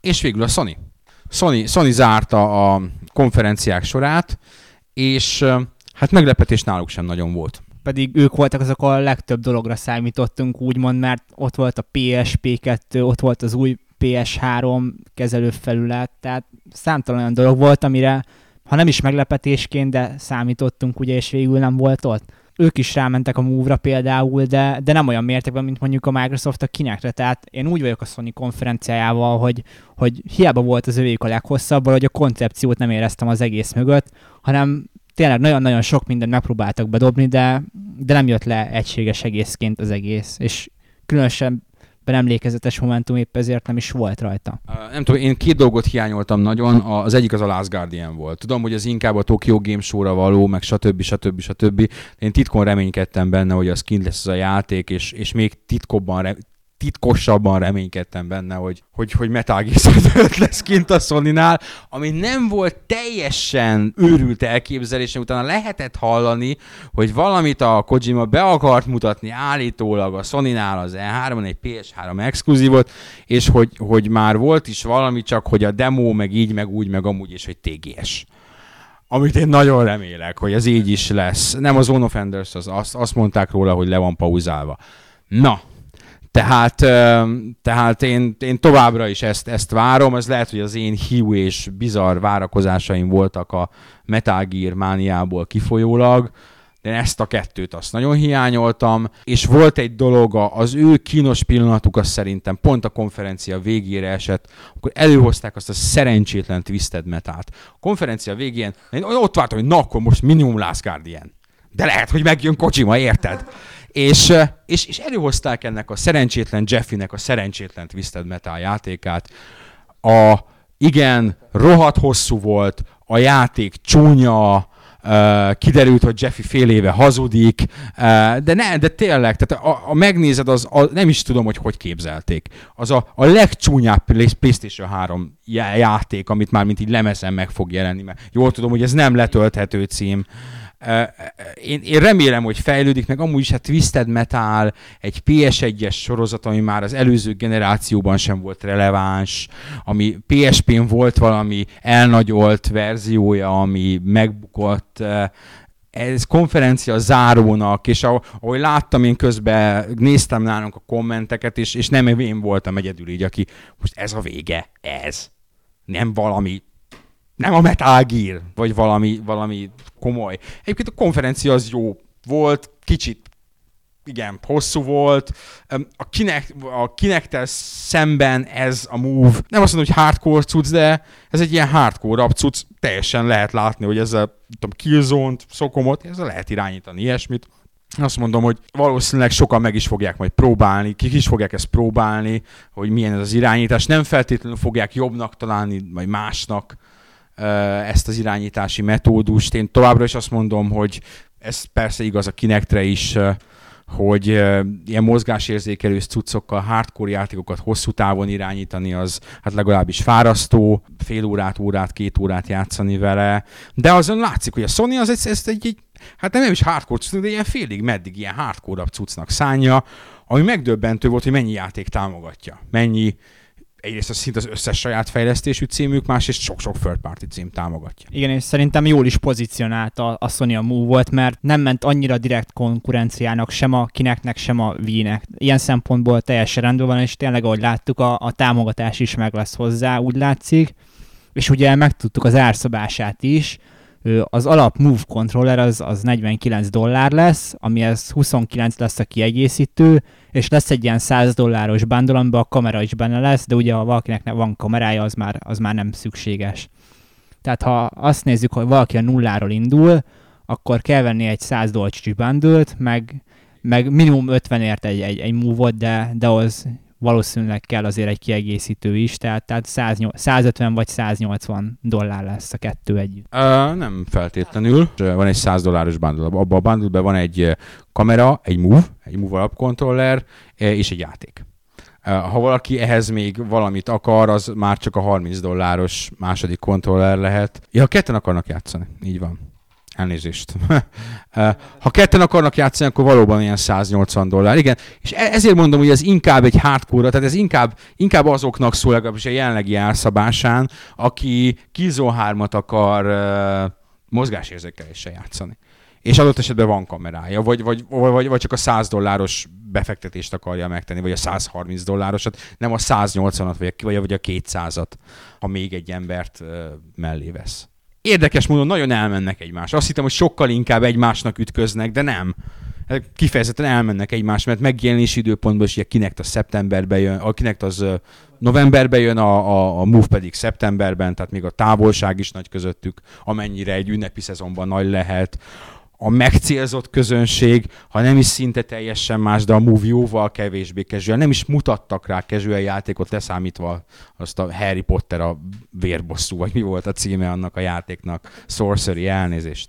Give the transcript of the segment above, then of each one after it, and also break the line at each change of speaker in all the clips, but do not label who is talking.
és végül a Sony. Sony zárta a konferenciák sorát, és hát meglepetés náluk sem nagyon volt.
Pedig ők voltak azok, a legtöbb dologra számítottunk, úgymond, mert ott volt a PSP2, ott volt az új PS3 kezelőfelület, tehát számtalan olyan dolog volt, amire, ha nem is meglepetésként, de számítottunk, ugye, és végül nem volt ott. Ők is rámentek a Move-ra például, de nem olyan mértékben, mint mondjuk a Microsoft a Kinectre. Tehát én úgy vagyok a Sony konferenciájával, hogy hiába volt az övék a leghosszabb, hogy a koncepciót nem éreztem az egész mögött, hanem tényleg nagyon-nagyon sok mindent megpróbáltak bedobni, de nem jött le egységes egészként az egész. És különösen emlékezetes momentum épp ezért nem is volt rajta.
Nem tudom, én 2 dolgot hiányoltam nagyon, az egyik az a Last Guardian volt. Tudom, hogy az inkább a Tokyo Game Show-ra való, meg stb. Én titkon reménykedtem benne, hogy az kint lesz az a játék, és még titkosabban reménykedtem benne, hogy Metal Gear Solid lesz kint a Sonynál, ami nem volt teljesen őrült elképzelése, utána lehetett hallani, hogy valamit a Kojima be akart mutatni állítólag a Sonynál az E3-on egy PS3 exkluzívot, és hogy már volt is valami, csak hogy a demo, meg így, meg úgy, meg amúgy, és hogy TGS. Amit én nagyon remélek, hogy ez így is lesz. Nem a Zone of Enders, azt mondták róla, hogy le van pauzálva. Na, Tehát én továbbra is ezt várom, ez lehet, hogy az én hiú és bizarr várakozásaim voltak a Metal Gear mániából kifolyólag, de ezt a 2-t azt nagyon hiányoltam, és volt egy dolog, az ő kínos pillanatuk az szerintem pont a konferencia végére esett, akkor előhozták azt a szerencsétlen Twisted Metalt. A konferencia végén én ott vártam, hogy na akkor most minimum Last Guardian. De lehet, hogy megjön Kojima, érted? És előhozták ennek a szerencsétlen Jeffynek a szerencsétlen Twisted Metal játékát. Igen, rohadt hosszú volt, a játék csúnya, kiderült, hogy Jeffy fél éve hazudik, de tényleg, tehát megnézed, nem is tudom, hogy képzelték. Az a legcsúnyább PlayStation 3 játék, amit már mint így lemezen meg fog jelenni, mert jól tudom, hogy ez nem letölthető cím. Én remélem, hogy fejlődik, meg amúgy is a Twisted Metal egy PS1-es sorozat, ami már az előző generációban sem volt releváns, ami PSP-n volt valami elnagyolt verziója, ami megbukott. Ez konferencia zárónak, és ahogy láttam, én közben néztem nálunk a kommenteket, és nem én voltam egyedül így, aki most ez a vége, ez. Nem a Metal Gear, vagy valami komoly. Egyébként a konferencia az jó volt, kicsit, igen, hosszú volt. A Kinect-tel szemben ez a Move, nem azt mondom, hogy hardcore cucc, de ez egy ilyen hardcore-abb cucc. Teljesen lehet látni, hogy ezzel Killzone-t, Szokomot, ezzel lehet irányítani ilyesmit. Azt mondom, hogy valószínűleg sokan meg is fogják majd próbálni, kik is fogják ezt próbálni, hogy milyen ez az irányítás. Nem feltétlenül fogják jobbnak találni, vagy másnak ezt az irányítási metódust. Én továbbra is azt mondom, hogy ez persze igaz a Kinectre is, hogy ilyen mozgásérzékelős cuccokkal hardcore játékokat hosszú távon irányítani, az hát legalábbis fárasztó, fél órát, 2 órát játszani vele, de azon látszik, hogy a Sony az egy hát nem is hardcore cucc, de ilyen félig meddig ilyen hardcore-abb cuccnak szánja, ami megdöbbentő volt, hogy mennyi játék támogatja, egyrészt szinte az összes saját fejlesztésű címük, másrészt sok-sok third party cím támogatja.
Igen, és szerintem jól is pozícionált a Sony a Move volt, mert nem ment annyira direkt konkurenciának sem a Kinectnek, sem a Wii-nek. Ilyen szempontból teljesen rendben van, és tényleg, ahogy láttuk, a támogatás is meg lesz hozzá, úgy látszik. És ugye megtudtuk az árszabását is, az alap Move controller az $49 lesz, amihez 29 lesz a kiegészítő, és lesz egy ilyen $100 bundle, amiben a kamera is benne lesz, de ugye ha valakinek van kamerája, az már nem szükséges. Tehát ha azt nézzük, hogy valaki a nulláról indul, akkor kell venni egy $100 bundle-t, meg minimum 50-ért egy Move-ot, de az valószínűleg kell azért egy kiegészítő is, tehát 150 vagy $180 lesz a kettő együtt.
Nem feltétlenül. Van egy $100 bundle. Abban a bundle-ben van egy kamera, egy Move alapkontroller és egy játék. Ha valaki ehhez még valamit akar, az már csak a $30 második kontroller lehet. Ja, ketten akarnak játszani. Így van. Elnézést. Ha ketten akarnak játszani, akkor valóban ilyen $180. Igen, és ezért mondom, hogy ez inkább egy hardcore, tehát ez inkább azoknak szól, legalábbis a jelenlegi árszabásán, aki Killzone 3-at akar mozgásérzékeléssel játszani. És adott esetben van kamerája, vagy csak a $100 befektetést akarja megtenni, vagy a $130, nem a 180-at, vagy a 200-at, ha még egy embert mellé vesz. Érdekes módon nagyon elmennek egymásra. Azt hittem, hogy sokkal inkább egymásnak ütköznek, de nem. Kifejezetten elmennek egymásra, mert megjelenési időpontból is Kinect az szeptemberben jön, a Kinect az novemberben jön, a Move pedig szeptemberben, tehát még a távolság is nagy közöttük, amennyire egy ünnepi szezonban nagy lehet. A megcélzott közönség, ha nem is szinte teljesen más, de a Move jóval kevésbé casual. Nem is mutattak rá casual játékot, leszámítva azt a Harry Potter a vérbosszú, vagy mi volt a címe annak a játéknak, Sorcery, elnézést.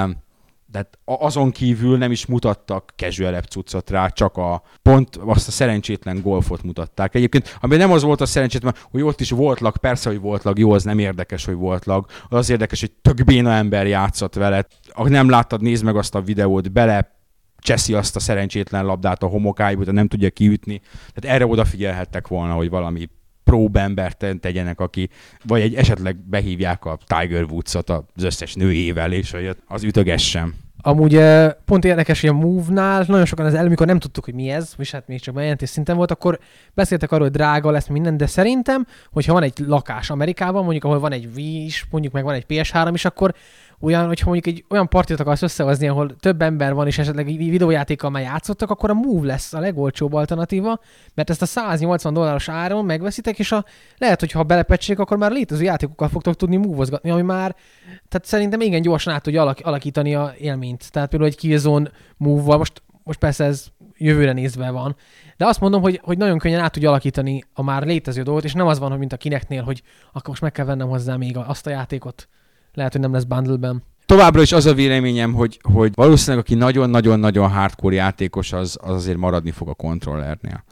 De azon kívül nem is mutattak casual-ebb cuccot rá, csak pont azt a szerencsétlen golfot mutatták. Egyébként, ami nem az volt a szerencsétlen, hogy ott is volt lag, persze, hogy volt lag, jó, az nem érdekes, hogy volt lag. Az érdekes, hogy tök béna ember játszott vele. Ha nem láttad, nézd meg azt a videót, bele cseszi azt a szerencsétlen labdát a homokájba, de nem tudja kiütni. Tehát erre odafigyelhettek volna, hogy valami próbembert tegyenek, aki, vagy esetleg behívják a Tiger Woods-ot az összes nőjével, és hogy az ütögessen.
Amúgy pont érdekes, hogy a Move-nál nagyon sokan az amikor nem tudtuk, hogy mi ez, és hát még csak bejelentés szinten volt, akkor beszéltek arról, hogy drága lesz minden, de szerintem, hogyha van egy lakás Amerikában, mondjuk ahol van egy Wii is, mondjuk meg van egy PS3 is, akkor olyan, hogyha mondjuk egy olyan partit akarsz összehozni, ahol több ember van, és esetleg videójátékkal már játszottak, akkor a Move lesz a legolcsóbb alternatíva, mert ezt a $180 áron megveszitek, és lehet, hogy ha belepecsék, akkor már létező játékokkal fogtok tudni move-ozgatni, ami már, tehát szerintem igen gyorsan át tudja alakítani a élményt. Tehát például egy Killzone Move-val, most persze ez jövőre nézve van, de azt mondom, hogy nagyon könnyen át tudja alakítani a már létező dolgot, és nem az van, hogy mint a Kinectnél, hogy akkor most meg kell vennem hozzá még azt a játékot. Lehet, hogy nem lesz bundle-ben.
Továbbra is az a véleményem, hogy valószínűleg aki nagyon-nagyon-nagyon hardcore játékos, az azért maradni fog a kontrollernél.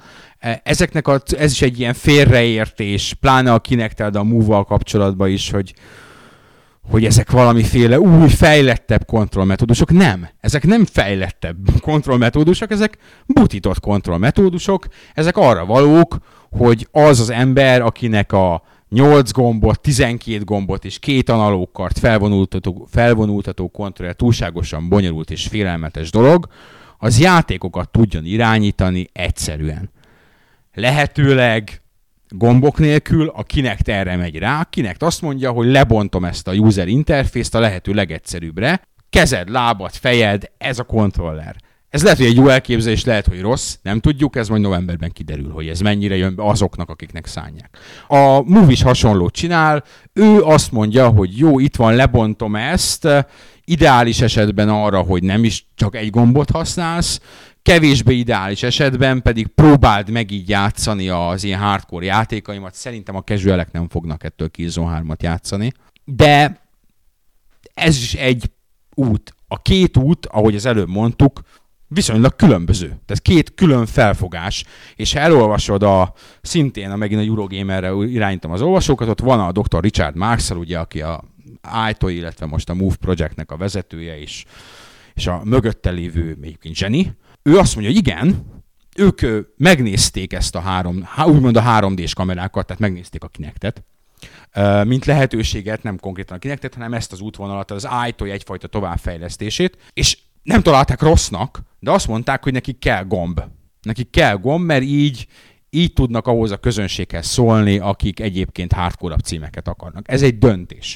Ez is egy ilyen félreértés, pláne a Kinect-tel, de a Move-val kapcsolatban is, hogy ezek valamiféle új, fejlettebb kontrollmetódusok. Nem. Ezek nem fejlettebb kontrollmetódusok, ezek butított kontrollmetódusok. Ezek arra valók, hogy az ember, akinek a 8 gombot, 12 gombot és 2 analógkart felvonultató kontroller túlságosan bonyolult és félelmetes dolog, az játékokat tudjon irányítani egyszerűen. Lehetőleg gombok nélkül, a Kinect erre megy rá. A Kinect azt mondja, hogy lebontom ezt a user interfészt a lehető legegyszerűbbre. Kezed, lábad, fejed, ez a kontroller. Ez lehet, hogy egy jó elképzelés, lehet, hogy rossz, nem tudjuk, ez majd novemberben kiderül, hogy ez mennyire jön be azoknak, akiknek szánják. A Move is hasonlót csinál, ő azt mondja, hogy jó, itt van, lebontom ezt, ideális esetben arra, hogy nem is csak egy gombot használsz, kevésbé ideális esetben pedig próbáld meg így játszani az ilyen hardcore játékaimat, szerintem a casualek nem fognak ettől Killzone 3-at játszani, de ez is egy út. A két út, ahogy az előbb mondtuk, viszonylag különböző. Tehát két külön felfogás, és ha elolvasod szintén megint a Eurogamerre irányítom az olvasókat, ott van a Dr. Richard Marksal, ugye, aki a ITO, illetve most a Move Projectnek a vezetője is, és a mögötte lévő egyébként Jenny. Ő azt mondja, hogy igen, ők megnézték ezt úgymond a 3D-s kamerákat, tehát megnézték a Kinectet, mint lehetőséget, nem konkrétan a Kinectet, hanem ezt az útvonalat, az ITO egyfajta továbbfejlesztését, és nem találták rossznak, de azt mondták, hogy nekik kell gomb. Nekik kell gomb, mert így tudnak ahhoz a közönséghez szólni, akik egyébként hardcore-abb címeket akarnak. Ez egy döntés.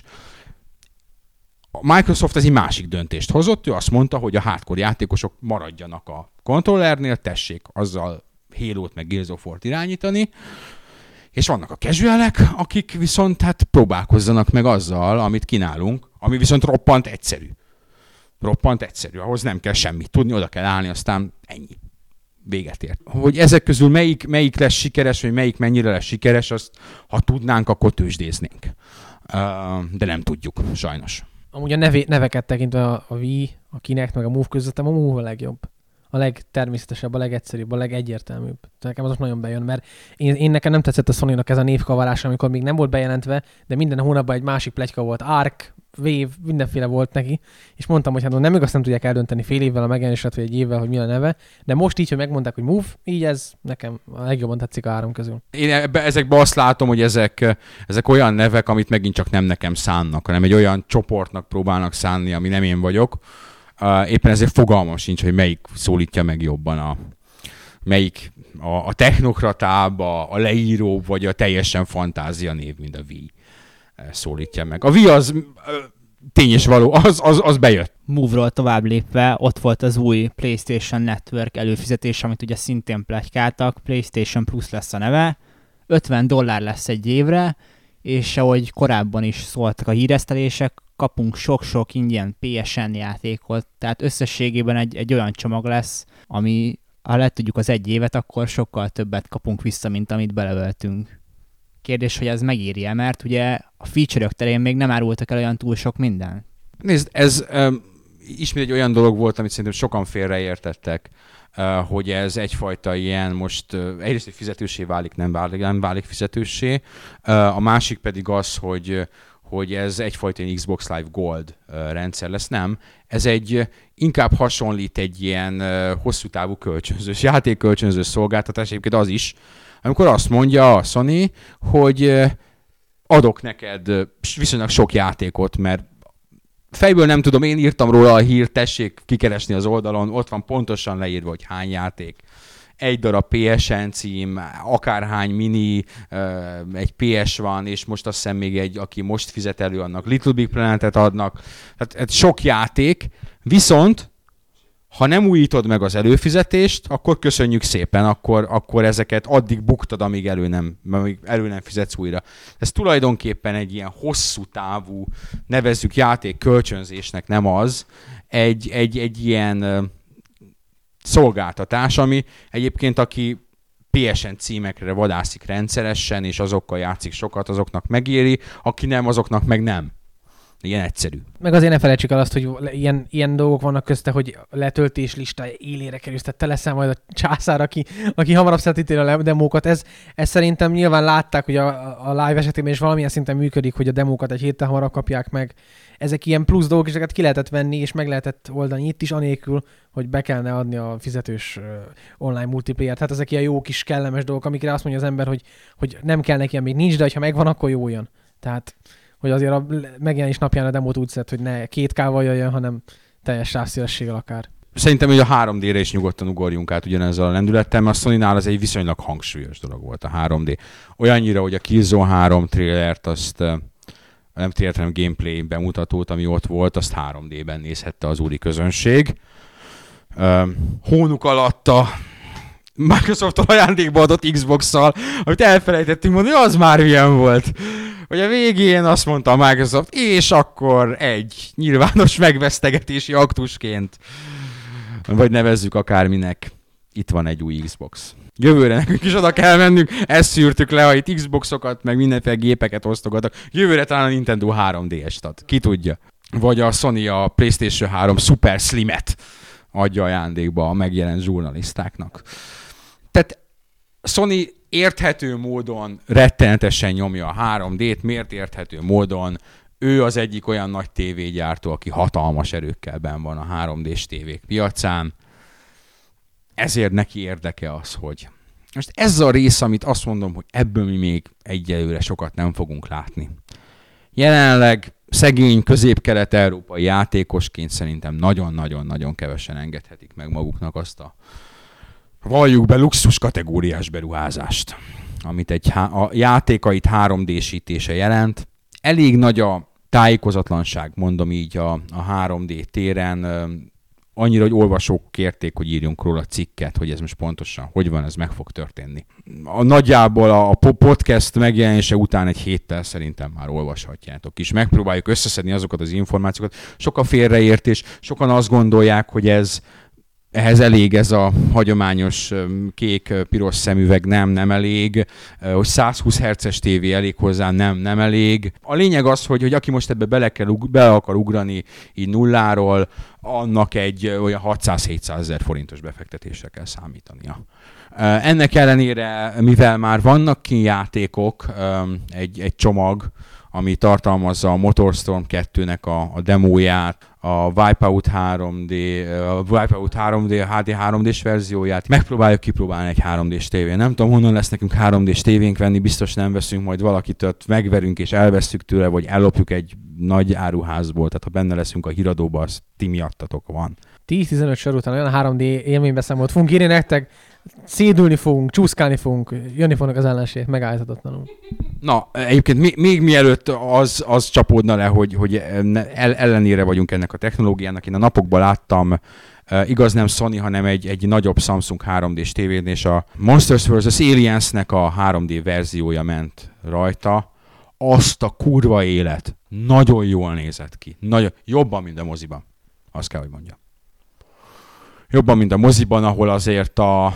A Microsoft egy másik döntést hozott, ő azt mondta, hogy a hardcore játékosok maradjanak a kontrollernél, tessék azzal Halo-t meg Gears of War-t irányítani, és vannak a casualek, akik viszont próbálkozzanak meg azzal, amit kínálunk, ami viszont roppant egyszerű. Roppant egyszerű, ahhoz nem kell semmit tudni, oda kell állni, aztán ennyi. Véget ért. Hogy ezek közül melyik lesz sikeres, vagy melyik mennyire lesz sikeres, azt ha tudnánk, akkor tőzsdéznénk. De nem tudjuk, sajnos.
Amúgy a neveket tekintve a Wii, a Kinect, meg a Move között, a Move a legjobb. A legtermészetesebb, a legegyszerűbb, a legegyértelműbb. Nekem az nagyon bejön, mert én nekem nem tetszett a Sony-nak ez a névkavarás, amikor még nem volt bejelentve, de minden hónapban egy másik pletyka volt. Ark, Wave, mindenféle volt neki, és mondtam, hogy hát nem igaz, nem tudják eldönteni fél évvel a megjelenésre, vagy egy évvel, hogy mi a neve, de most így, hogy megmondták, hogy Move, így ez nekem a legjobban tetszik a 3 közül.
Én ezekben azt látom, hogy ezek olyan nevek, amit megint csak nem nekem szánnak, hanem egy olyan csoportnak próbálnak szánni, ami nem én vagyok. Éppen ezért fogalmam sincs, hogy melyik szólítja meg jobban melyik a technokratább, a leíró, vagy a teljesen fantázia név, mint a Wii szólítja meg. A Wii az tény és való, az bejött.
Move-ról tovább lépve, ott volt az új PlayStation Network előfizetés, amit ugye szintén pletykáltak, PlayStation Plus lesz a neve, $50 lesz egy évre, és ahogy korábban is szóltak a híresztelések, kapunk sok-sok ingyen PSN játékot, tehát összességében egy olyan csomag lesz, ami ha letudjuk az egy évet, akkor sokkal többet kapunk vissza, mint amit belevöltünk. Kérdés, hogy ez megírja, mert ugye a feature-ök terén még nem árultak el olyan túl sok minden.
Nézd, ez ismét egy olyan dolog volt, amit szerintem sokan félreértettek, hogy ez egyfajta ilyen most egyrészt, hogy fizetőssé válik, nem válik fizetőssé, a másik pedig az, hogy ez egyfajta ilyen Xbox Live Gold rendszer lesz. Nem, ez inkább hasonlít egy ilyen hosszú távú játékkölcsönző szolgáltatás, egyébként az is, amikor azt mondja a Sony, hogy adok neked viszonylag sok játékot, mert fejből nem tudom, én írtam róla a hírt, tessék kikeresni az oldalon, ott van pontosan leírva, hogy hány játék. Egy darab PSN cím, akárhány mini, egy PS van, és most azt hiszem még egy, aki most fizet elő, annak Little Big Planetet adnak. Tehát sok játék, viszont ha nem újítod meg az előfizetést, akkor köszönjük szépen, akkor ezeket addig buktad, amíg elő nem fizetsz újra. Ez tulajdonképpen egy ilyen hosszú távú, nevezzük játék kölcsönzésnek, nem az, egy ilyen szolgáltatás, ami egyébként aki PSN címekre vadászik rendszeresen, és azokkal játszik sokat, azoknak megéri, aki nem, azoknak meg nem. Ilyen egyszerű.
Meg azért ne felejtsük el azt, hogy ilyen dolgok vannak közte, hogy letöltés lista élére kerülsz, tehát te leszel majd a császár, aki hamarabb szeretítél a demókat. Ez szerintem nyilván látták, hogy a live esetében is valamilyen szinten működik, hogy a demókat egy héttel hamarabb kapják meg. Ezek ilyen plusz dolgok, és ezeket ki lehetett venni, és meg lehetett oldani itt is, anélkül, hogy be kellene adni a fizetős online multiplayer. Tehát ezek ilyen jó kis kellemes dolgok, amikre azt mondja az ember, hogy nem kell neki, még nincs, de ha megvan, akkor jó jön. Tehát hogy azért a megjelenés napján a demót úgy szed, hogy ne 2K-val jöjjön, hanem teljes sávszélességgel akár.
Szerintem, hogy a 3D-re is nyugodtan ugorjunk át ugyanezzel a lendülettel, mert a Sony-nál az egy viszonylag hangsúlyos dolog volt a 3D. Olyannyira, hogy a Killzone 3 trailert, azt nem trailert, hanem gameplay bemutatót, ami ott volt, azt 3D-ben nézhette az úri közönség. Hónuk alatt a Microsoft ajándékba adott Xbox-szal, amit elfelejtettünk mondani, az már milyen volt. Hogy a végén azt mondta a Microsoft, és akkor egy nyilvános megvesztegetési aktusként, vagy nevezzük akárminek, itt van egy új Xbox. Jövőre nekünk is oda kell mennünk, ezt szűrtük le, ha itt Xboxokat, meg mindenféle gépeket osztogatok. Jövőre talán a Nintendo 3DS-t ad, ki tudja. Vagy a Sony a PlayStation 3 Super Slim-et adja ajándékba a megjelent zsurnalisztáknak. Tehát Sony érthető módon rettenetesen nyomja a 3D-t, miért érthető módon? Ő az egyik olyan nagy tévégyártó, aki hatalmas erőkkel benn van a 3D-s tévék piacán. Ezért neki érdeke az, hogy most ez a rész, amit azt mondom, hogy ebből mi még egyelőre sokat nem fogunk látni. Jelenleg szegény közép-kelet-európai játékosként szerintem nagyon-nagyon-nagyon kevesen engedhetik meg maguknak azt a valljuk be luxus kategóriás beruházást, amit a játékait 3D-sítése jelent. Elég nagy a tájékozatlanság, mondom így a 3D téren, annyira, hogy olvasók kérték, hogy írjunk róla cikket, hogy ez most pontosan hogy van, ez meg fog történni. Nagyjából a podcast megjelenése után egy héttel szerintem már olvashatjátok is. Megpróbáljuk összeszedni azokat az információkat. Sok a félreértés, sokan azt gondolják, hogy ehhez elég ez a hagyományos kék-piros szemüveg, nem elég, hogy 120 Hz-es tévé elég hozzá, nem elég. A lényeg az, hogy aki most ebbe bele akar ugrani így nulláról, annak egy olyan 600-700 ezer forintos befektetésre kell számítania. Ennek ellenére, mivel már vannak kijátékok, egy csomag, ami tartalmazza a Motorstorm 2-nek a demóját, a Wipeout 3D, HD 3D-s verzióját. Megpróbáljuk kipróbálni egy 3D-s tévén. Nem tudom, honnan lesz nekünk 3D-s tévénk venni, biztos nem veszünk, majd valakit megverünk és elvesszük tőle, vagy ellopjuk egy nagy áruházból. Tehát ha benne leszünk a híradóban, az ti miattatok van.
10-15 sor után olyan 3D élménybeszámolót fogunk írni nektek, szédülni fogunk, csúszkálni fogunk, jönni fognak az ellenségek megállíthatatlanul.
Na, egyébként még mielőtt az csapódna le, hogy ellenére vagyunk ennek a technológiának, én a napokban láttam, igaz nem Sony, hanem egy nagyobb Samsung 3D-s tévén, és a Monsters vs. Aliens-nek a 3D verziója ment rajta. Azt a kurva élet. Nagyon jól nézett ki. Jobban, mint a moziban. Azt kell, hogy mondjam. Jobban, mint a moziban, ahol azért a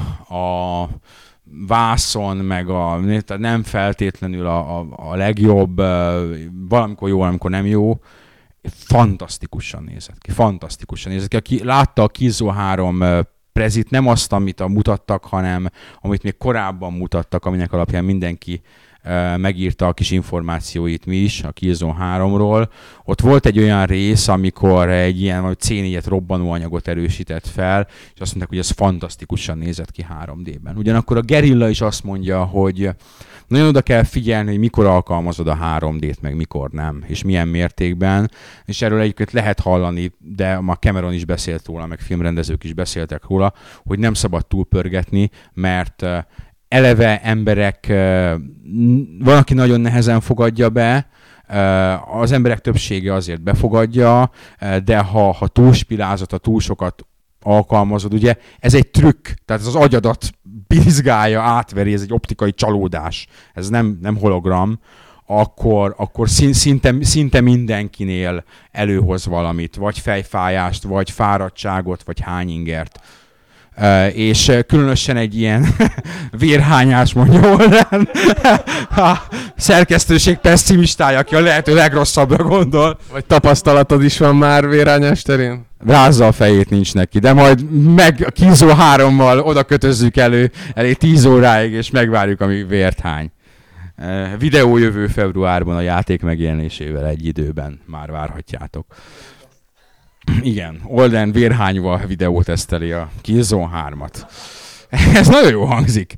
vászon, meg nem feltétlenül a legjobb, valamikor jó, valamikor nem jó, fantasztikusan nézett ki. Fantasztikusan nézett ki. Aki látta a Killzone 3 prezit, nem azt, amit mutattak, hanem amit még korábban mutattak, aminek alapján mindenki megírta a kis információit mi is a Killzone 3-ról. Ott volt egy olyan rész, amikor egy ilyen C4-et robbanóanyagot erősített fel, és azt mondták, hogy ez fantasztikusan nézett ki 3D-ben. Ugyanakkor a Guerrilla is azt mondja, hogy nagyon oda kell figyelni, hogy mikor alkalmazod a 3D-t, meg mikor nem, és milyen mértékben, és erről egyébként lehet hallani, de ma Cameron is beszélt róla, meg filmrendezők is beszéltek róla, hogy nem szabad túlpörgetni, mert eleve emberek, van, aki nagyon nehezen fogadja be, az emberek többsége azért befogadja, de ha túlspilázod, ha túl sokat alkalmazod, ugye ez egy trükk, tehát ez az agyadat bizgálja, átveri, ez egy optikai csalódás, ez nem hologram, akkor szinte mindenkinél előhoz valamit, vagy fejfájást, vagy fáradtságot, vagy hányingert. És különösen egy ilyen vérhányás, mondja Olden, a szerkesztőség pessimistája, aki a lehető legrosszabbra gondol.
Vagy tapasztalatod is van már vérhányás terén?
Rázza a fejét, nincs neki, de majd meg a Killzone 3-mal oda kötözzük elé 10 óráig, és megvárjuk, amíg vért hány. Videó jövő februárban a játék megjelenésével egy időben már várhatjátok. Igen, Olden vérhányva videóteszteli a Killzone 3-at. Ez nagyon jó hangzik.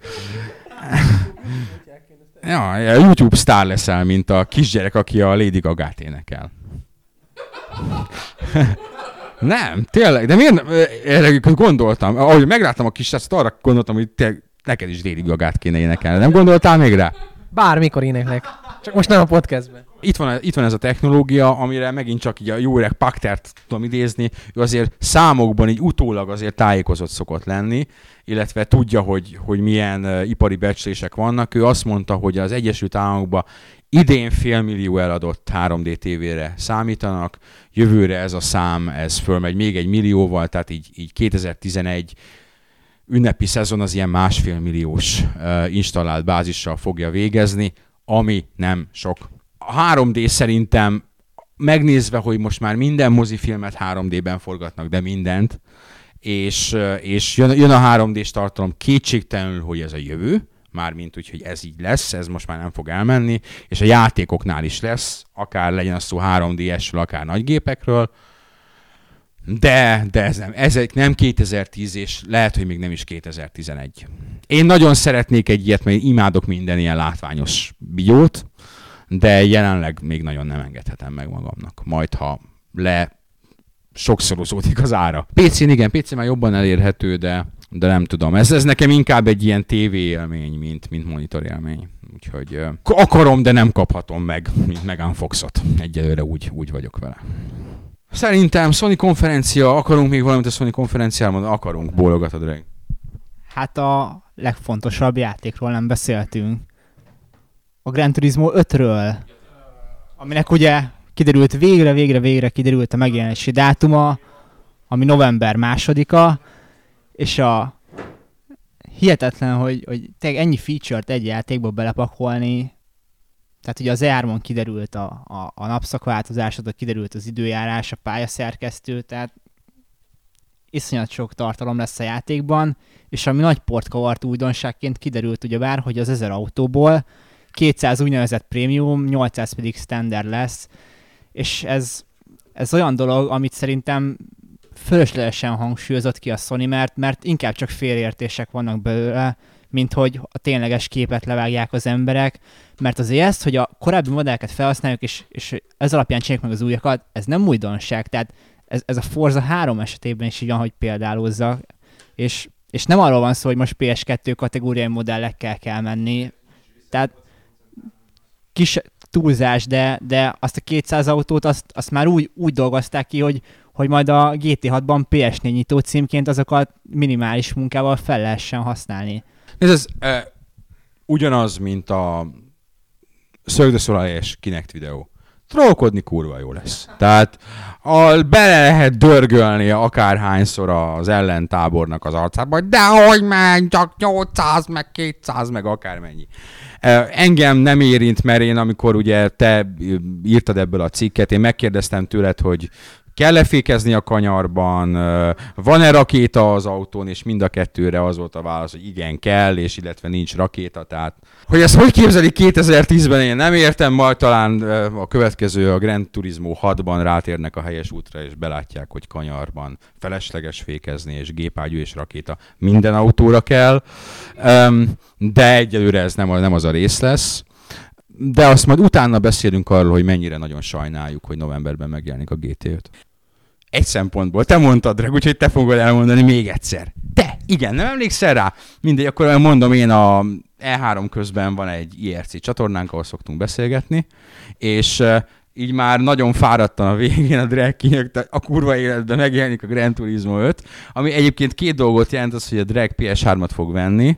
Ja, YouTube sztár leszel, mint a kisgyerek, aki a Lady Gagát énekel. Nem, tényleg, de miért erre gondoltam? Ahogy megláttam a kisrácot, arra gondoltam, hogy neked is Lady Gagát kéne énekelni. Nem gondoltál még rá?
Bármikor éneklek. Csak most nem a podcastben.
Itt van ez a technológia, amire megint csak így a jó öreg Paktert tudom idézni, ő azért számokban így utólag azért tájékozott szokott lenni, illetve tudja, hogy milyen ipari becslések vannak. Ő azt mondta, hogy az Egyesült Államokban idén 500 000 eladott 3D tévére számítanak, jövőre ez a szám, ez fölmegy még 1 millióval, tehát így 2011 ünnepi szezon az ilyen 1,5 milliós installált bázissal fogja végezni, ami nem sok. A 3D szerintem megnézve, hogy most már minden mozifilmet 3D-ben forgatnak, de mindent, és jön a 3D-s tartalom, kétségtelenül, hogy ez a jövő, mármint úgy, hogy ez így lesz, ez most már nem fog elmenni, és a játékoknál is lesz, akár legyen az szó 3DS-ről, akár nagygépekről, de ez nem 2010, és lehet, hogy még nem is 2011. Én nagyon szeretnék egy ilyet, mert imádok minden ilyen látványos biót, de jelenleg még nagyon nem engedhetem meg magamnak. Majd, ha sokszorozódik az ára. PC-n igen, PC már jobban elérhető, de nem tudom. Ez nekem inkább egy ilyen TV élmény, mint monitor élmény. Úgyhogy akarom, de nem kaphatom meg, mint Megan Foxot. Egyelőre úgy vagyok vele. Szerintem Sony konferencia, akarunk még valamit a Sony konferenciában? Akarunk, bólogatod rá.
Hát a legfontosabb játékról nem beszéltünk. A Gran Turismo 5-ről, aminek ugye kiderült végre kiderült a megjelenési dátuma, ami november 2-a, és a hihetetlen, hogy ennyi feature-t egy játékba belepakolni. Tehát ugye az E3-on kiderült a napszakváltozás, oda kiderült az időjárás, a pályaszerkesztő, tehát iszonyat sok tartalom lesz a játékban, és ami nagy port kavart újdonságként kiderült ugyebár, hogy az 1000 autóból 200 úgynevezett prémium, 800 pedig standard lesz, és ez olyan dolog, amit szerintem fölöslegesen hangsúlyozott ki a Sony, mert inkább csak félreértések vannak belőle, mint hogy a tényleges képet levágják az emberek, mert azért ezt, hogy a korábbi modelleket felhasználjuk, és ez alapján csináljuk meg az újakat, ez nem újdonság, tehát ez a Forza 3 esetében is így van, hogy példálózza, és nem arról van szó, hogy most PS2 kategóriai modellekkel kell menni, tehát kis túlzás, de azt a 200 autót, azt már úgy dolgozták ki, hogy majd a GT6-ban PS4 nyitó címként azokat minimális munkával fel lehessen használni.
Ez ugyanaz, mint a Cirque du Soleil-es Kinect videó. Trollkodni kurva jó lesz. Tehát bele lehet dörgölni akárhányszor az ellentábornak az arcába, hogy dehogy meg, csak 800, meg 200, meg akármennyi. Engem nem érint, mert én, amikor ugye te írtad ebből a cikket, én megkérdeztem tőled, hogy kell-e fékezni a kanyarban, van-e rakéta az autón, és mind a kettőre az volt a válasz, hogy igen, kell, és illetve nincs rakéta, tehát hogy ezt hogy képzelik 2010-ben, én nem értem, majd talán a következő, a Gran Turismo 6-ban rátérnek a helyes útra, és belátják, hogy kanyarban felesleges fékezni, és gépágyú és rakéta minden autóra kell, de egyelőre ez nem az a rész lesz. De azt majd utána beszélünk arról, hogy mennyire nagyon sajnáljuk, hogy novemberben megjelenik a GT5. Egy szempontból. Te mondtad, Drag, úgyhogy te fogod elmondani még egyszer. Te! Igen, nem emlékszel rá? Mindegy, akkor mondom, én a E3 közben van egy IRC csatornánk, ahol szoktunk beszélgetni, és így már nagyon fáradtan a végén a Drag kinyögte, a kurva életben megjelenik a Gran Turismo 5, ami egyébként két dolgot jelent, az, hogy a Drag PS3-at fog venni,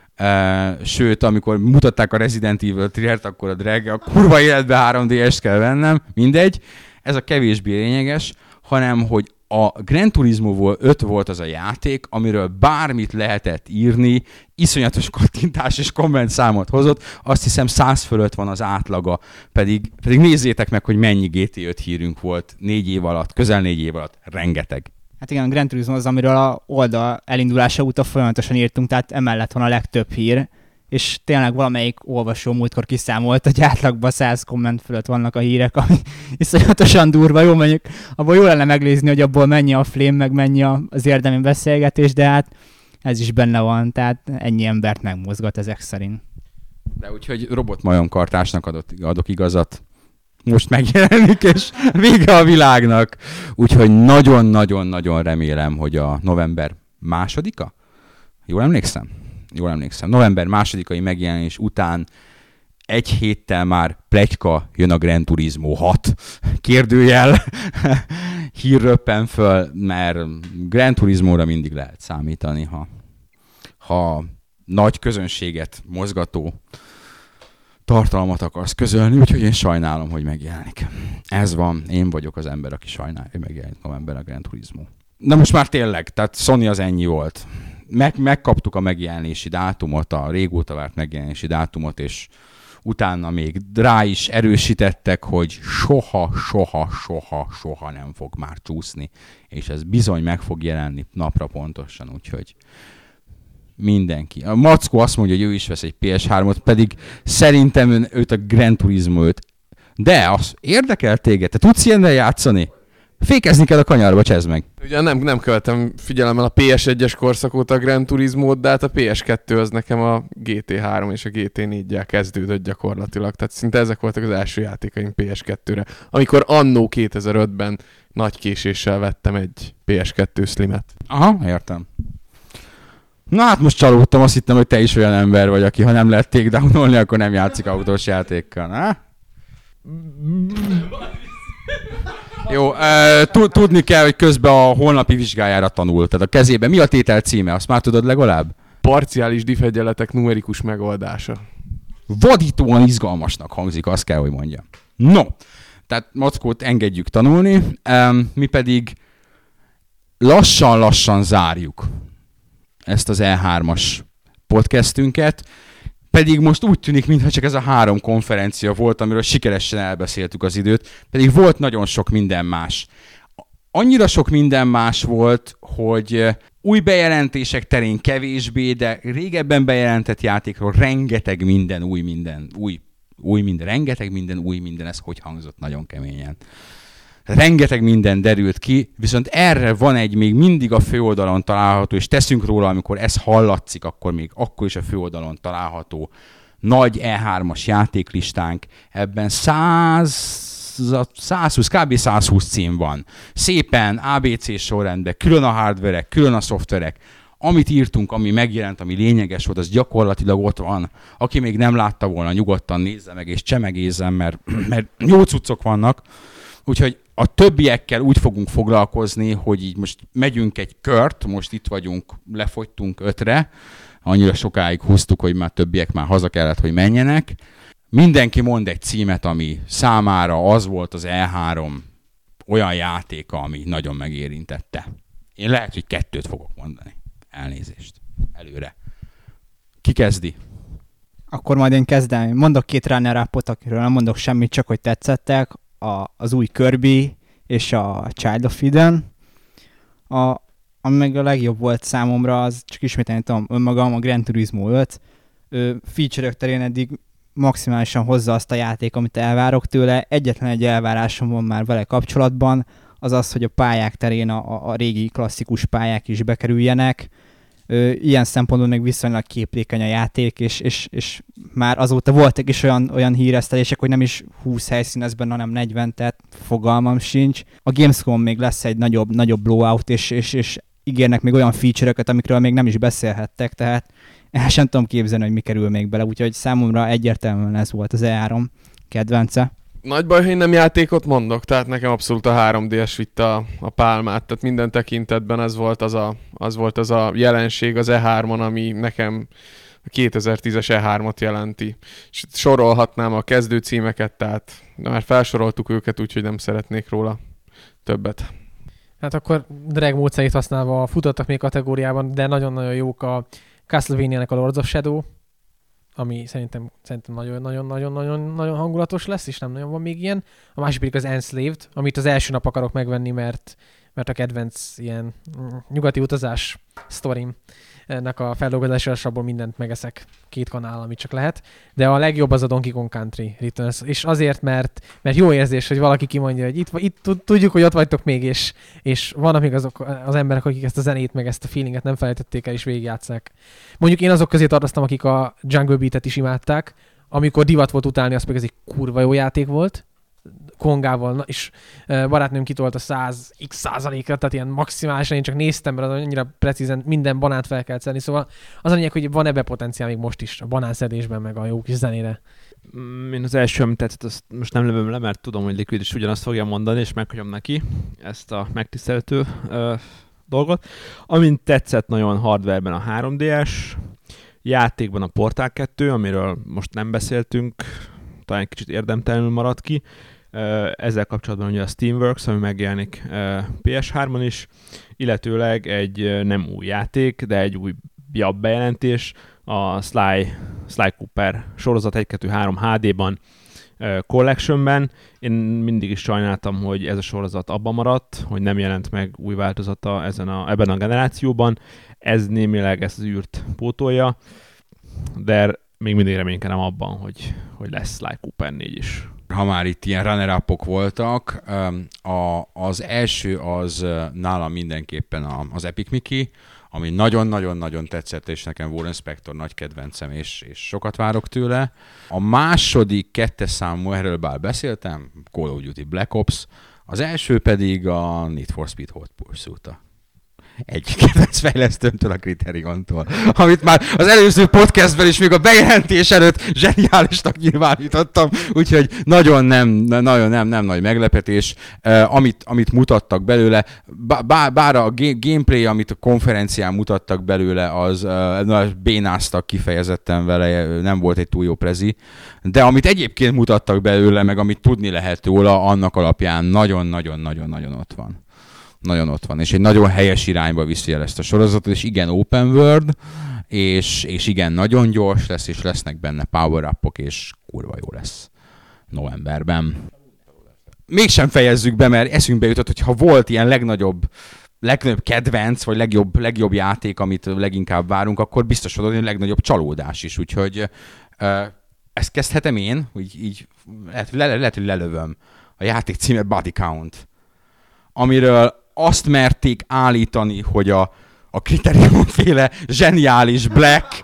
sőt, amikor mutatták a Resident Evil Triert, akkor a Drag, a kurva életben 3DS-t kell vennem, mindegy. Ez a kevésbé lényeges, hanem, hogy a Gran Turismo 5 volt az a játék, amiről bármit lehetett írni, iszonyatos kattintás és komment számot hozott, azt hiszem 100 fölött van az átlaga, pedig nézzétek meg, hogy mennyi GT5 hírünk volt 4 év alatt, közel 4 év alatt, rengeteg.
Hát igen, a Gran Turismo az, amiről a oldal elindulása óta folyamatosan írtunk, tehát emellett van a legtöbb hír, és tényleg valamelyik olvasó múltkor kiszámolt, hogy átlagban 100 komment fölött vannak a hírek, ami iszonyatosan durva. Jó, mondjuk abból jó lenne megnézni, hogy abból mennyi a flame, meg mennyi az érdemi beszélgetés, de hát ez is benne van, tehát ennyi embert megmozgat ezek szerint.
De úgyhogy robotmajomkartásnak adok igazat. Most megjelenik, és vége a világnak. Úgyhogy nagyon-nagyon-nagyon remélem, hogy a november 2-a? Jól emlékszem? Jól emlékszem. November 2-ai megjelenés után egy héttel már pletyka jön a Gran Turismo 6. Kérdőjel hír röppen föl, mert Gran Turismóra mindig lehet számítani, ha nagy közönséget mozgató tartalmat akarsz közölni, úgyhogy én sajnálom, hogy megjelenik. Ez van, én vagyok az ember, aki sajnálja, hogy megjelenik novemberben a Gran Turismo. De most már tényleg, tehát Sony az ennyi volt. Megkaptuk a megjelenési dátumot, a régóta várt megjelenési dátumot, és utána még rá is erősítettek, hogy soha nem fog már csúszni, és ez bizony meg fog jelenni napra pontosan, úgyhogy mindenki. A Mackó azt mondja, hogy ő is vesz egy PS3-ot, pedig szerintem őt a Gran Turismo 5. De az érdekel téged? Te tudsz ilyennel játszani? Fékezni kell a kanyarba, csezd meg.
Ugye nem követem figyelemmel a PS1-es korszak óta a Gran Turismo-t, de hát a PS2 az nekem a GT3 és a GT4-jel kezdődött gyakorlatilag. Tehát szinte ezek voltak az első játékaim PS2-re. Amikor annó 2005-ben nagy késéssel vettem egy PS2 Slimet.
Aha, értem. Na hát most csalódtam, azt hittem, hogy te is olyan ember vagy, aki ha nem lehet takedownolni, akkor nem játszik autós játékkal. Na? Jó, tudni kell, hogy közben a holnapi vizsgájára tanul. Tehát a kezében mi a tétel címe? Azt már tudod legalább?
Parciális diff-egyenletek numerikus megoldása.
Vadítóan izgalmasnak hangzik, azt kell, hogy mondjam. No, tehát Mackót engedjük tanulni, mi pedig lassan zárjuk ezt az E3-as podcastünket, pedig most úgy tűnik, mintha csak ez a 3 konferencia volt, amiről sikeresen elbeszéltük az időt, pedig volt nagyon sok minden más. annyira sok minden más volt, hogy új bejelentések terén kevésbé, de régebben bejelentett játékról rengeteg minden, új minden, rengeteg minden, új minden, ez hogy hangzott nagyon keményen. Rengeteg minden derült ki, viszont erre van egy még mindig a főoldalon található, és teszünk róla, amikor ez hallatszik, akkor is a főoldalon található nagy E3-as játéklistánk. Ebben 120, kb. 120 cím van. Szépen ABC sorrendben, külön a hardverek, külön a szoftverek. Amit írtunk, ami megjelent, ami lényeges volt, az gyakorlatilag ott van. Aki még nem látta volna, nyugodtan nézze meg és csemegézzen, mert jó cuccok vannak. Úgyhogy a többiekkel úgy fogunk foglalkozni, hogy így most megyünk egy kört, most itt vagyunk, lefogytunk 5-re, annyira sokáig húztuk, hogy már többiek már haza kellett, hogy menjenek. Mindenki mond egy címet, ami számára az volt az E3 olyan játéka, ami nagyon megérintette. Én lehet, hogy 2 fogok mondani. Elnézést. Előre. Ki kezdi?
Akkor majd én kezdem. Mondok 2 runner-upot, akiről nem mondok semmit, csak hogy tetszettek. Az új Kirby és a Child of Eden. Ami meg a legjobb volt számomra, az csak ismételni tudom önmagam, a Gran Turismo 5. Feature-ök terén eddig maximálisan hozza azt a játék, amit elvárok tőle. Egyetlen egy elvárásom van már vele kapcsolatban, az az, hogy a pályák terén a régi klasszikus pályák is bekerüljenek. Ilyen szempontból még viszonylag képlékeny a játék, és már azóta voltak is olyan híresztelések, hogy nem is 20 helyszín ez benne, hanem 40, tehát fogalmam sincs. A Gamescom még lesz egy nagyobb blowout, és ígérnek még olyan feature-öket, amikről még nem is beszélhettek, tehát el sem tudom képzelni, hogy mi kerül még bele, úgyhogy számomra egyértelműen ez volt az E3 kedvence.
Nagy baj, hogy nem játékot mondok, tehát nekem abszolút a 3DS vitte a pálmát, tehát minden tekintetben ez volt az a jelenség az E3-on, ami nekem a 2010-es E3-ot jelenti. És sorolhatnám a kezdőcímeket, tehát már felsoroltuk őket, úgyhogy nem szeretnék róla többet.
Hát akkor drag módszerét használva futottak még kategóriában, de nagyon-nagyon jók a Castlevania-nek a Lords of Shadow, ami szerintem nagyon-nagyon hangulatos lesz, és nem nagyon van még ilyen. A másik pedig az Enslaved, amit az első nap akarok megvenni, mert a kedvenc ilyen nyugati utazás sztorimnak a feldolgozása, és abból mindent megeszek, 2 kanál, amit csak lehet. De a legjobb az a Donkey Kong Country Returns, és azért, mert jó érzés, hogy valaki kimondja, hogy itt tudjuk, hogy ott vagytok még, és vannak még azok az emberek, akik ezt a zenét, meg ezt a feelinget nem felejtették el, és végigjátszák. Mondjuk én azok közé tartoztam, akik a Jungle Beat-et is imádták, amikor divat volt utálni, az meg ez egy kurva jó játék volt, Kongával, és barátnőm kitolta 100x%-ra, tehát ilyen maximálisan, én csak néztem, mert az annyira precízen minden banát fel kell szedni, szóval az a lényeg, hogy van ebbe potenciál még most is, a banánszedésben, meg a jó kis zenére.
Én az első, amit tetszett, azt most nem lövöm le, mert tudom, hogy Liquid is ugyanazt fogja mondani, és meghagyom neki ezt a megtiszteltő dolgot. Amint tetszett nagyon hardwareben a 3DS, játékban a Portal 2, amiről most nem beszéltünk, talán egy kicsit érdemtelenül maradt ki. Ezzel kapcsolatban ugye a Steamworks, ami megjelenik PS3-on is, illetőleg egy nem új játék, de egy újabb bejelentés, a Sly Cooper sorozat 1-2-3 HD-ban Collectionben. Én mindig is sajnáltam, hogy ez a sorozat abba maradt, hogy nem jelent meg új változata ebben a generációban. Ez némileg ezt az űrt pótolja, de még mindig reménykedem abban, hogy lesz Sly Cooper 4 is.
Ha már itt ilyen runner-upok voltak, az első az nálam mindenképpen az Epic Mickey, ami nagyon-nagyon-nagyon tetszett, és nekem Warren Spector nagy kedvencem, és sokat várok tőle. A második 2-es számú, erről bár beszéltem, Call of Duty Black Ops, az első pedig a Need for Speed Hot Pursuit-a. Egy kedvenc fejlesztőmtől, a Criteriontól, amit már az előző podcastben is még a bejelentés előtt zseniálisnak nyilvánítottam, úgyhogy nagyon nem nagy meglepetés, amit mutattak belőle, bár a gameplay, amit a konferencián mutattak belőle, az bénáztak kifejezetten vele, nem volt egy túl jó prezi, de amit egyébként mutattak belőle, meg amit tudni lehet róla, annak alapján nagyon-nagyon ott van. Nagyon ott van, és egy nagyon helyes irányba viszi el ezt a sorozatot, és igen open world, és igen nagyon gyors lesz, és lesznek benne power-upok, és kurva jó lesz novemberben. mégsem fejezzük be, mert eszünkbe jutott, hogy ha volt ilyen legnagyobb kedvenc, vagy legjobb játék, amit leginkább várunk, akkor biztos volt, hogy a legnagyobb csalódás is. Úgyhogy ezt kezdhetem én, így lehet, hogy lelövöm. A játék címe Body Count, amiről azt merték állítani, hogy a Criterion-féle zseniális Black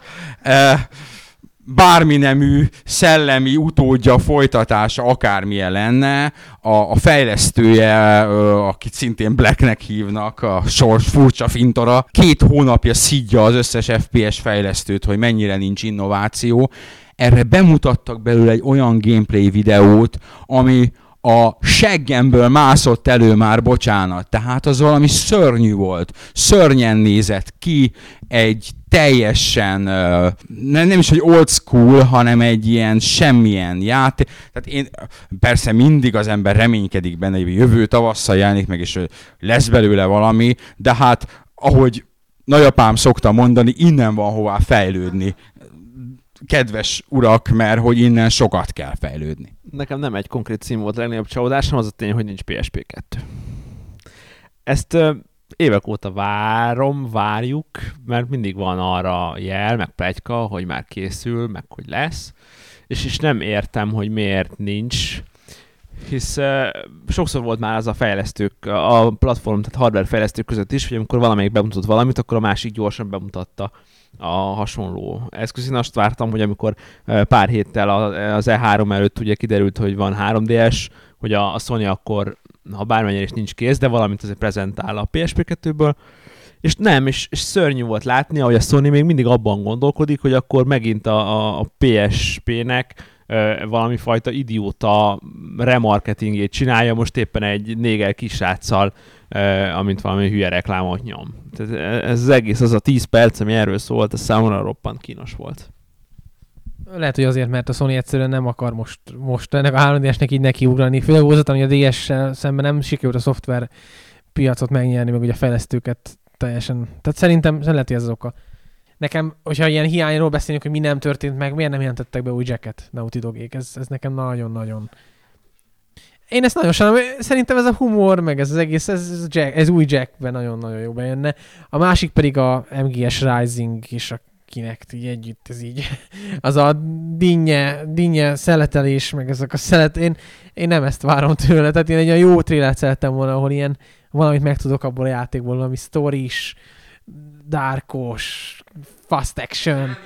bármi nemű szellemi utódja, folytatása, akármilyen lenne. A fejlesztője, akit szintén Blacknek hívnak, a sors furcsa fintora, 2 hónapja szidja az összes FPS fejlesztőt, hogy mennyire nincs innováció. Erre bemutattak belőle egy olyan gameplay videót, ami a seggemből mászott elő már, bocsánat. Tehát az valami szörnyű volt. Szörnyen nézett ki, egy teljesen, nem is hogy old school, hanem egy ilyen semmilyen játék. Tehát persze mindig az ember reménykedik benne, hogy jövő tavasszal jelenik meg, és lesz belőle valami, de hát ahogy nagyapám szokta mondani, innen van hová fejlődni. Kedves urak, mert hogy innen sokat kell fejlődni.
Nekem nem egy konkrét cím volt a legnagyobb csalódásom, az a tény, hogy nincs PSP2. Ezt évek óta várjuk, mert mindig van arra jel, meg pletyka, hogy már készül, meg hogy lesz, és nem értem, hogy miért nincs, hisz sokszor volt már az a fejlesztők, a platform, tehát hardware fejlesztők között is, hogy amikor valamelyik bemutatott valamit, akkor a másik gyorsan bemutatta a hasonló eszköz. Én azt vártam, hogy amikor pár héttel az E3 előtt ugye kiderült, hogy van 3DS, hogy a Sony akkor, ha bármennyire is nincs kész, de valamit azért prezentál a PSP2-ből, és nem, és szörnyű volt látni, hogy a Sony még mindig abban gondolkodik, hogy akkor megint a PSP-nek valami fajta idióta remarketingét csinálja, most éppen egy néger kisráccal, amint valami hülye reklámot nyom. Tehát ez az egész, az a 10 perc, ami erről szólt, ez számomra roppant kínos volt.
Lehet, hogy azért, mert a Sony egyszerűen nem akar most ennek a 3DS-nek így nekiugrani. Főleg azután, hogy a DS-sel szemben nem sikerült a szoftver piacot megnyerni, meg ugye a fejlesztőket teljesen. Tehát szerintem lehet, hogy ez az oka. Nekem, hogyha ilyen hiányról beszélünk, hogy mi nem történt meg, miért nem jelentettek be új Jacket Naughty Dogék? Ez nekem nagyon-nagyon... Én ezt nagyon sajnálom. Szerintem ez a humor, meg ez az egész, ez új Jackben nagyon-nagyon jó bejönne. A másik pedig a MGS Rising és a Kinect így együtt, ez így. Az a dinnye szeletelés, meg ezek a én nem ezt várom tőle. Tehát én egy olyan jó trélert szerettem volna, ahol ilyen valamit megtudok abból a játékból, valami sztoris, darkos, fast action.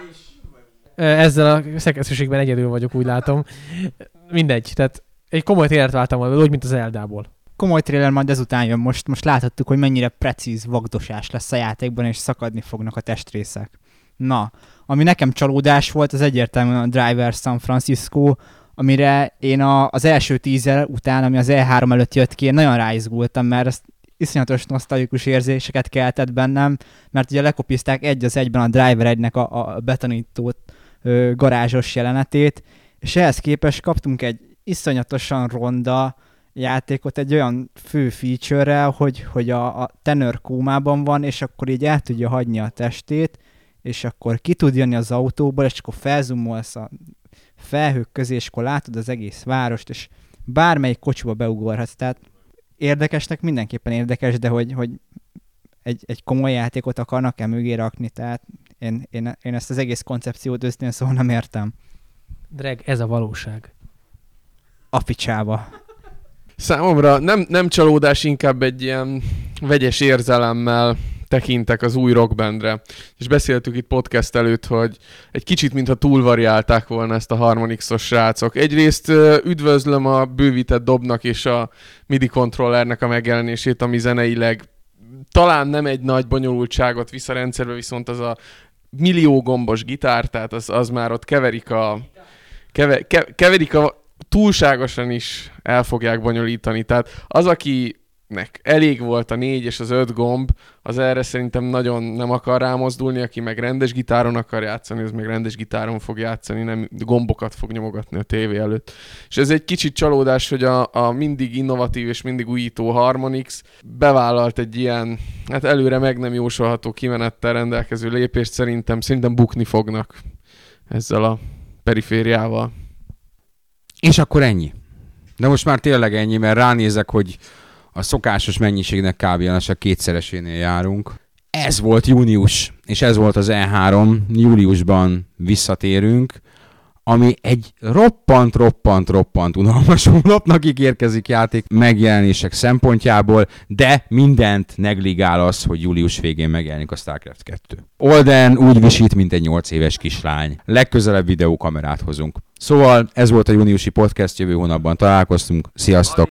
Ezzel a szerkesztőségben egyedül vagyok, úgy látom. Mindegy, tehát egy komoly trélert vártam volna, úgy, mint az Eldából.
Komoly trailer majd ezután jön. Most láthattuk, hogy mennyire precíz vagdosás lesz a játékban, és szakadni fognak a testrészek. Na, ami nekem csalódás volt, az egyértelműen a Driver San Francisco, amire én az első teaser után, ami az E3 előtt jött ki, én nagyon ráizgultam, mert ezt iszonyatos nosztalgikus érzéseket keltett bennem, mert ugye lekopizták egy az egyben a Driver 1-nek a betanított garázsos jelenetét, és ehhez képest kaptunk egy iszonyatosan ronda játékot egy olyan fő feature-rel, hogy a tenőr kómában van, és akkor így el tudja hagyni a testét, és akkor ki tud jönni az autóból, és akkor felzoomolsz a felhők közé, és akkor látod az egész várost, és bármelyik kocsiba beugorhatsz. Tehát érdekesnek mindenképpen érdekes, de hogy egy komoly játékot akarnak-e mögé rakni, tehát én ezt az egész koncepciót őszintén szóval nem értem.
Drag, ez a valóság.
A picsába.
Számomra nem csalódás, inkább egy ilyen vegyes érzelemmel tekintek az új rockbandre. És beszéltük itt podcast előtt, hogy egy kicsit mintha túlvariálták volna ezt a Harmonix-os srácok. Egyrészt üdvözlöm a bővített dobnak és a MIDI kontrollernek a megjelenését, ami zeneileg talán nem egy nagy bonyolultságot visz a rendszerbe, viszont az a millió gombos gitár, tehát az már ott keverik a túlságosan is el fogják bonyolítani. Tehát az, akinek elég volt a 4 és az 5 gomb, az erre szerintem nagyon nem akar rámozdulni, aki meg rendes gitáron akar játszani, az meg rendes gitáron fog játszani, nem gombokat fog nyomogatni a tévé előtt. És ez egy kicsit csalódás, hogy a mindig innovatív és mindig újító Harmonix bevállalt egy ilyen, hát előre meg nem jósolható kimenettel rendelkező lépést, szerintem bukni fognak ezzel a perifériával.
És akkor ennyi. De most már tényleg ennyi, mert ránézek, hogy a szokásos mennyiségnek kb. A kétszeresénél járunk. Ez volt június, és ez volt az E3. Júliusban visszatérünk, ami egy roppant unalmas hónapnak ígérkezik játék megjelenések szempontjából, de mindent negligál az, hogy július végén megjelenik a StarCraft 2. Olden úgy visít, mint egy 8 éves kislány. Legközelebb videókamerát hozunk. Szóval ez volt a júniusi podcast, jövő hónapban találkoztunk. Sziasztok!